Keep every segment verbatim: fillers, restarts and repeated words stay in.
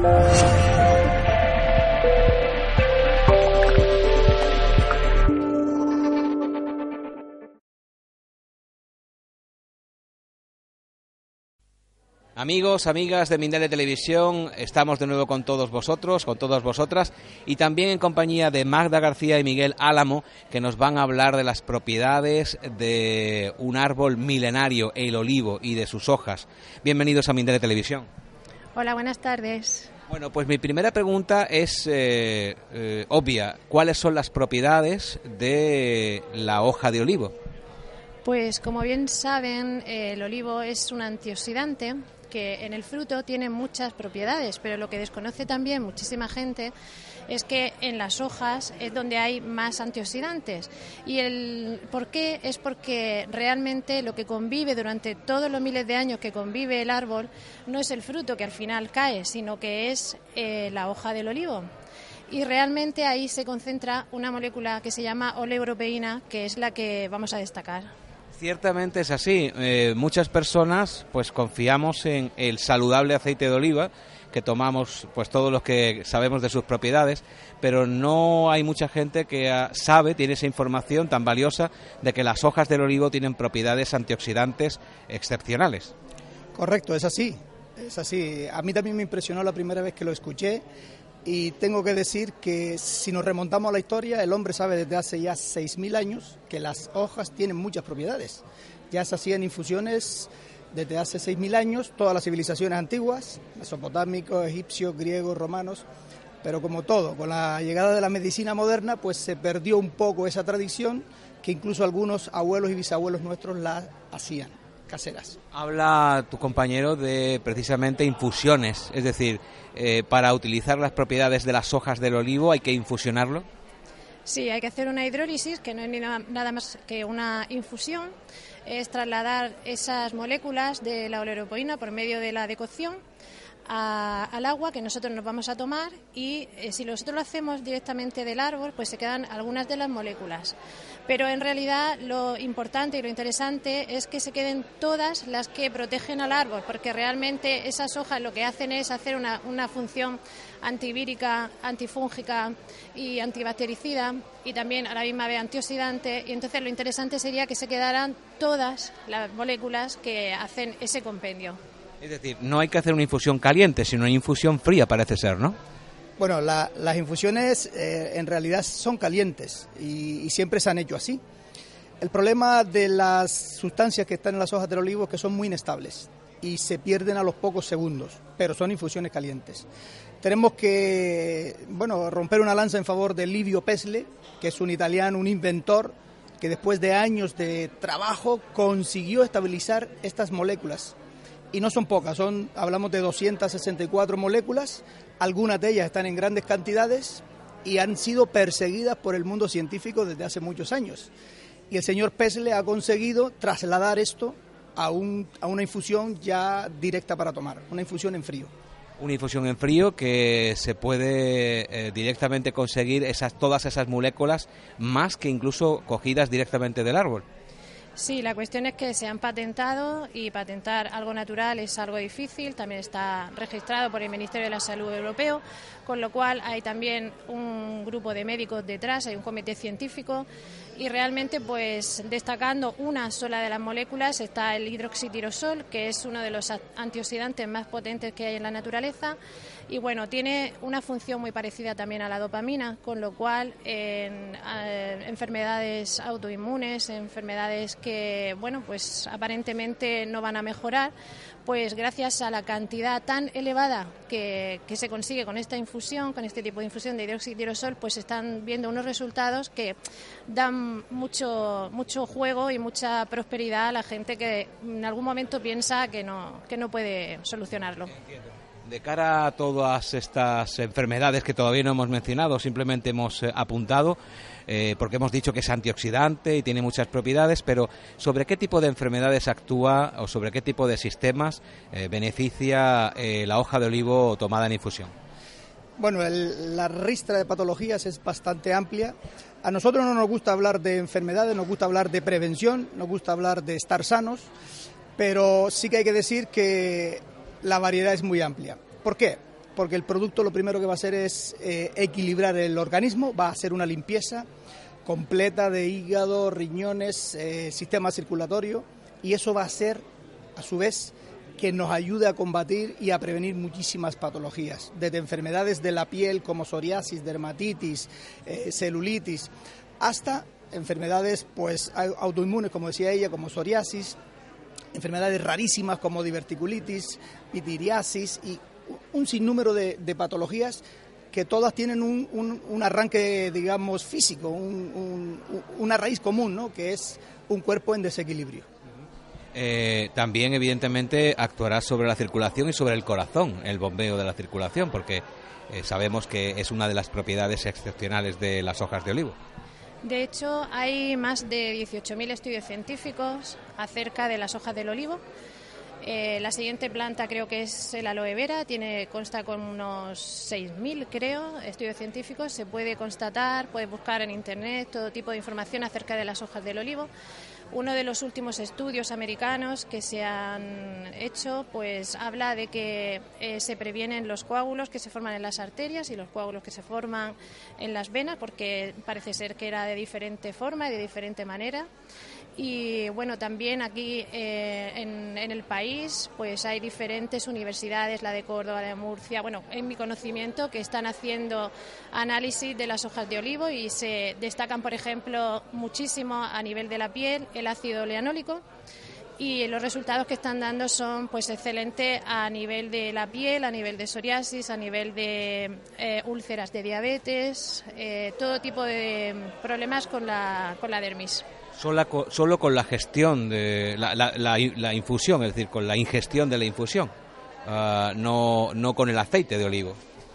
Amigos, amigas de Mindalia Televisión, estamos de nuevo con todos vosotros, con todas vosotras, y también en compañía de Magda García y Miguel Álamo, que nos van a hablar de las propiedades de un árbol milenario, el olivo, y de sus hojas. Bienvenidos a Mindalia Televisión. Hola, buenas tardes. Bueno, pues mi primera pregunta es eh, eh, obvia. ¿Cuáles son las propiedades de la hoja de olivo? Pues como bien saben, eh, el olivo es un antioxidante que en el fruto tiene muchas propiedades, pero lo que desconoce también muchísima gente es que en las hojas es donde hay más antioxidantes. ¿Y el por qué? Es porque realmente lo que convive durante todos los miles de años que convive el árbol no es el fruto que al final cae, sino que es eh, la hoja del olivo. Y realmente ahí se concentra una molécula que se llama oleoproteína, que es la que vamos a destacar. Ciertamente es así. Eh, muchas personas pues confiamos en el saludable aceite de oliva que tomamos, pues todos los que sabemos de sus propiedades, pero no hay mucha gente que uh, sabe, tiene esa información tan valiosa de que las hojas del olivo tienen propiedades antioxidantes excepcionales. Correcto, es así, es así. A mí también me impresionó la primera vez que lo escuché. Y tengo que decir que si nos remontamos a la historia, el hombre sabe desde hace ya seis mil años que las hojas tienen muchas propiedades. Ya se hacían infusiones desde hace seis mil años, todas las civilizaciones antiguas, mesopotámicos, egipcios, griegos, romanos, pero como todo, con la llegada de la medicina moderna, pues se perdió un poco esa tradición que incluso algunos abuelos y bisabuelos nuestros la hacían, caseras. Habla tu compañero de precisamente infusiones, es decir, eh, para utilizar las propiedades de las hojas del olivo hay que infusionarlo. Sí, hay que hacer una hidrólisis, que no es ni nada más que una infusión, es trasladar esas moléculas de la oleoproteína por medio de la decocción A, al agua que nosotros nos vamos a tomar y eh, si nosotros lo hacemos directamente del árbol, pues se quedan algunas de las moléculas. Pero en realidad lo importante y lo interesante es que se queden todas las que protegen al árbol, porque realmente esas hojas lo que hacen es hacer una, una función antivírica, antifúngica y antibactericida y también a la misma vez antioxidante, y entonces lo interesante sería que se quedaran todas las moléculas que hacen ese compendio. Es decir, no hay que hacer una infusión caliente, sino una infusión fría, parece ser, ¿no? Bueno, la, las infusiones eh, en realidad son calientes y, y siempre se han hecho así. El problema de las sustancias que están en las hojas del olivo es que son muy inestables y se pierden a los pocos segundos, pero son infusiones calientes. Tenemos que, bueno, romper una lanza en favor de Livio Pesle, que es un italiano, un inventor, que después de años de trabajo consiguió estabilizar estas moléculas. Y no son pocas, son, hablamos de doscientas sesenta y cuatro moléculas, algunas de ellas están en grandes cantidades y han sido perseguidas por el mundo científico desde hace muchos años. Y el señor Pesle ha conseguido trasladar esto a, un, a una infusión ya directa para tomar, una infusión en frío. Una infusión en frío que se puede eh, directamente conseguir esas, todas esas moléculas, más que incluso cogidas directamente del árbol. Sí, la cuestión es que se han patentado y patentar algo natural es algo difícil, también está registrado por el Ministerio de la Salud Europeo, con lo cual hay también un grupo de médicos detrás, hay un comité científico y realmente pues destacando una sola de las moléculas está el hidroxitirosol, que es uno de los antioxidantes más potentes que hay en la naturaleza y bueno, tiene una función muy parecida también a la dopamina, con lo cual en eh, enfermedades autoinmunes, enfermedades que, bueno, pues aparentemente no van a mejorar, pues gracias a la cantidad tan elevada que, que se consigue con esta infusión, con este tipo de infusión de hidroxitirosol, pues se están viendo unos resultados que dan mucho, mucho juego y mucha prosperidad a la gente que en algún momento piensa que no, que no puede solucionarlo. De cara a todas estas enfermedades que todavía no hemos mencionado, simplemente hemos eh, apuntado, eh, porque hemos dicho que es antioxidante y tiene muchas propiedades, pero ¿sobre qué tipo de enfermedades actúa o sobre qué tipo de sistemas eh, beneficia eh, la hoja de olivo tomada en infusión? Bueno, el, la ristra de patologías es bastante amplia. A nosotros no nos gusta hablar de enfermedades, nos gusta hablar de prevención, nos gusta hablar de estar sanos, pero sí que hay que decir que la variedad es muy amplia. ¿Por qué? porque el producto lo primero que va a hacer es eh, equilibrar el organismo, va a hacer una limpieza completa de hígado, riñones, eh, sistema circulatorio, y eso va a hacer, a su vez, que nos ayude a combatir y a prevenir muchísimas patologías, desde enfermedades de la piel como psoriasis, dermatitis, eh, celulitis, hasta enfermedades pues autoinmunes, como decía ella, como psoriasis, enfermedades rarísimas como diverticulitis, pitiriasis y un sinnúmero de, de patologías que todas tienen un, un, un arranque, digamos, físico, un, un, una raíz común, ¿no?, que es un cuerpo en desequilibrio. Eh, también, evidentemente, actuará sobre la circulación y sobre el corazón, el bombeo de la circulación, porque eh, sabemos que es una de las propiedades excepcionales de las hojas de olivo. De hecho, hay más de dieciocho mil estudios científicos acerca de las hojas del olivo. Eh, la siguiente planta creo que es el aloe vera, tiene, consta con unos seis mil, creo, estudios científicos. Se puede constatar, puedes buscar en internet todo tipo de información acerca de las hojas del olivo. Uno de los últimos estudios americanos que se han hecho pues habla de que eh, se previenen los coágulos que se forman en las arterias y los coágulos que se forman en las venas, porque parece ser que era de diferente forma y de diferente manera. Y bueno, también aquí eh, en, en el país pues hay diferentes universidades, la de Córdoba, la de Murcia, bueno, en mi conocimiento, que están haciendo análisis de las hojas de olivo y se destacan, por ejemplo, muchísimo a nivel de la piel el ácido leanólico, y los resultados que están dando son pues excelentes a nivel de la piel, a nivel de psoriasis, a nivel de eh, úlceras de diabetes, eh, todo tipo de problemas con la, con la dermis. Solo, solo con la gestión de la, la, la, la infusión, es decir, con la ingestión de la infusión, uh, no, no con el aceite de olivo.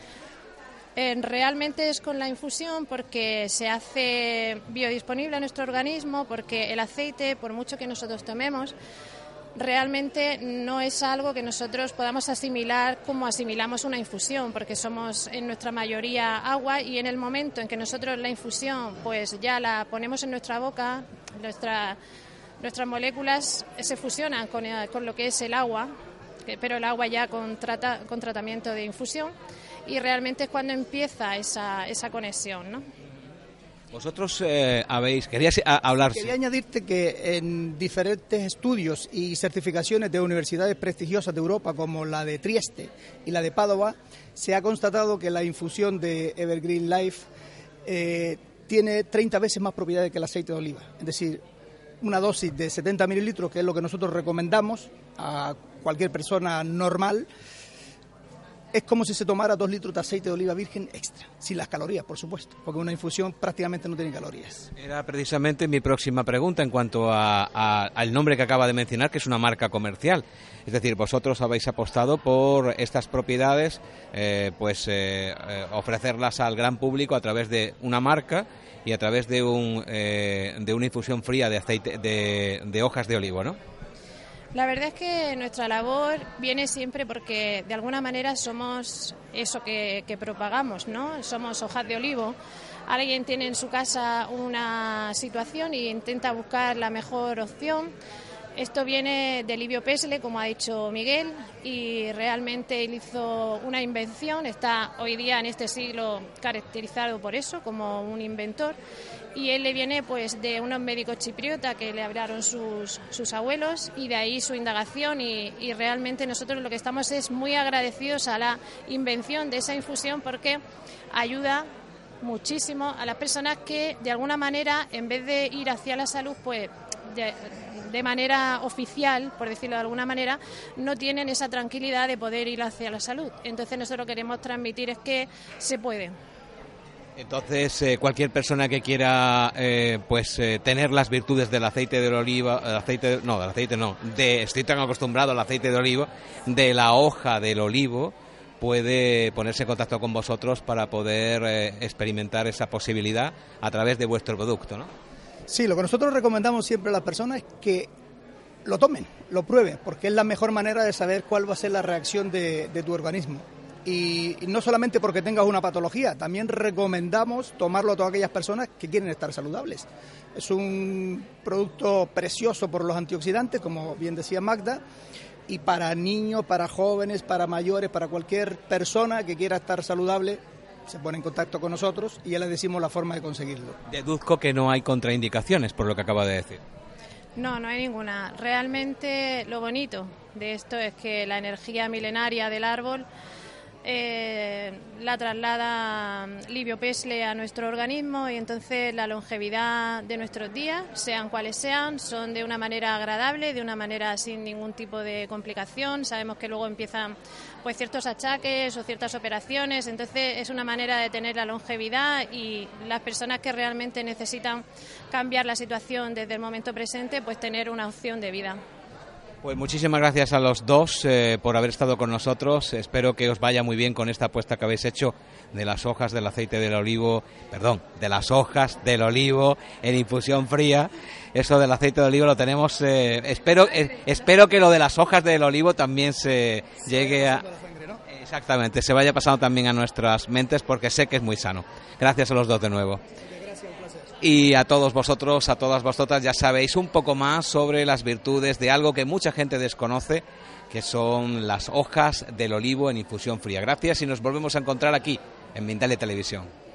Eh, realmente es con la infusión, porque se hace biodisponible a nuestro organismo, porque el aceite, por mucho que nosotros tomemos, realmente no es algo que nosotros podamos asimilar como asimilamos una infusión, porque somos en nuestra mayoría agua, y en el momento en que nosotros la infusión pues ya la ponemos en nuestra boca, nuestra, nuestras moléculas se fusionan con, con lo que es el agua, que, pero el agua ya con, trata, con tratamiento de infusión, y realmente es cuando empieza esa, esa conexión, ¿no? Vosotros eh, habéis... Quería hablar... Quería añadirte que en diferentes estudios y certificaciones de universidades prestigiosas de Europa, como la de Trieste y la de Padova, se ha constatado que la infusión de Evergreen Life eh, tiene treinta veces más propiedades que el aceite de oliva. Es decir, una dosis de setenta mililitros, que es lo que nosotros recomendamos a cualquier persona normal, es como si se tomara dos litros de aceite de oliva virgen extra, sin las calorías, por supuesto, porque una infusión prácticamente no tiene calorías. Era precisamente mi próxima pregunta en cuanto a, a, al nombre que acaba de mencionar, que es una marca comercial. Es decir, vosotros habéis apostado por estas propiedades, eh, pues eh, eh, ofrecerlas al gran público a través de una marca y a través de, un, eh, de una infusión fría de aceite de, de hojas de olivo, ¿no? La verdad es que nuestra labor viene siempre porque de alguna manera somos eso que, que propagamos, ¿no? Somos hojas de olivo. Alguien tiene en su casa una situación y intenta buscar la mejor opción. Esto viene de Livio Pesle, como ha dicho Miguel, y realmente él hizo una invención. Está hoy día en este siglo caracterizado por eso, como un inventor. Y él le viene pues de unos médicos chipriotas que le hablaron sus, sus abuelos, y de ahí su indagación, y, y realmente nosotros lo que estamos es muy agradecidos a la invención de esa infusión, porque ayuda muchísimo a las personas que de alguna manera, en vez de ir hacia la salud, pues de, de manera oficial, por decirlo de alguna manera, no tienen esa tranquilidad de poder ir hacia la salud. Entonces nosotros queremos transmitir es que se puede. Entonces, eh, cualquier persona que quiera eh, pues eh, tener las virtudes del aceite de oliva, el aceite, no, del aceite no, de, estoy tan acostumbrado al aceite de oliva, de la hoja del olivo, puede ponerse en contacto con vosotros para poder eh, experimentar esa posibilidad a través de vuestro producto, ¿no? Sí, lo que nosotros recomendamos siempre a las personas es que lo tomen, lo prueben, porque es la mejor manera de saber cuál va a ser la reacción de, de tu organismo. Y no solamente porque tengas una patología, también recomendamos tomarlo a todas aquellas personas que quieren estar saludables. Es un producto precioso por los antioxidantes, como bien decía Magda, y para niños, para jóvenes, para mayores, para cualquier persona que quiera estar saludable, se pone en contacto con nosotros y ya les decimos la forma de conseguirlo. Deduzco que no hay contraindicaciones, por lo que acaba de decir. No, no hay ninguna. Realmente lo bonito de esto es que la energía milenaria del árbol eh, la traslada Livio Pesle a nuestro organismo y entonces la longevidad de nuestros días, sean cuales sean, son de una manera agradable, de una manera sin ningún tipo de complicación. Sabemos que luego empiezan pues ciertos achaques o ciertas operaciones, entonces es una manera de tener la longevidad y las personas que realmente necesitan cambiar la situación desde el momento presente, pues tener una opción de vida. Pues muchísimas gracias a los dos eh, por haber estado con nosotros. Espero que os vaya muy bien con esta apuesta que habéis hecho de las hojas del aceite del olivo, perdón, de las hojas del olivo en infusión fría. Eso del aceite de olivo lo tenemos, eh, espero eh, espero que lo de las hojas del olivo también se llegue a... Exactamente, se vaya pasando también a nuestras mentes porque sé que es muy sano. Gracias a los dos de nuevo. Y a todos vosotros, a todas vosotras, ya sabéis un poco más sobre las virtudes de algo que mucha gente desconoce, que son las hojas del olivo en infusión fría. Gracias y nos volvemos a encontrar aquí en Mindalia Televisión.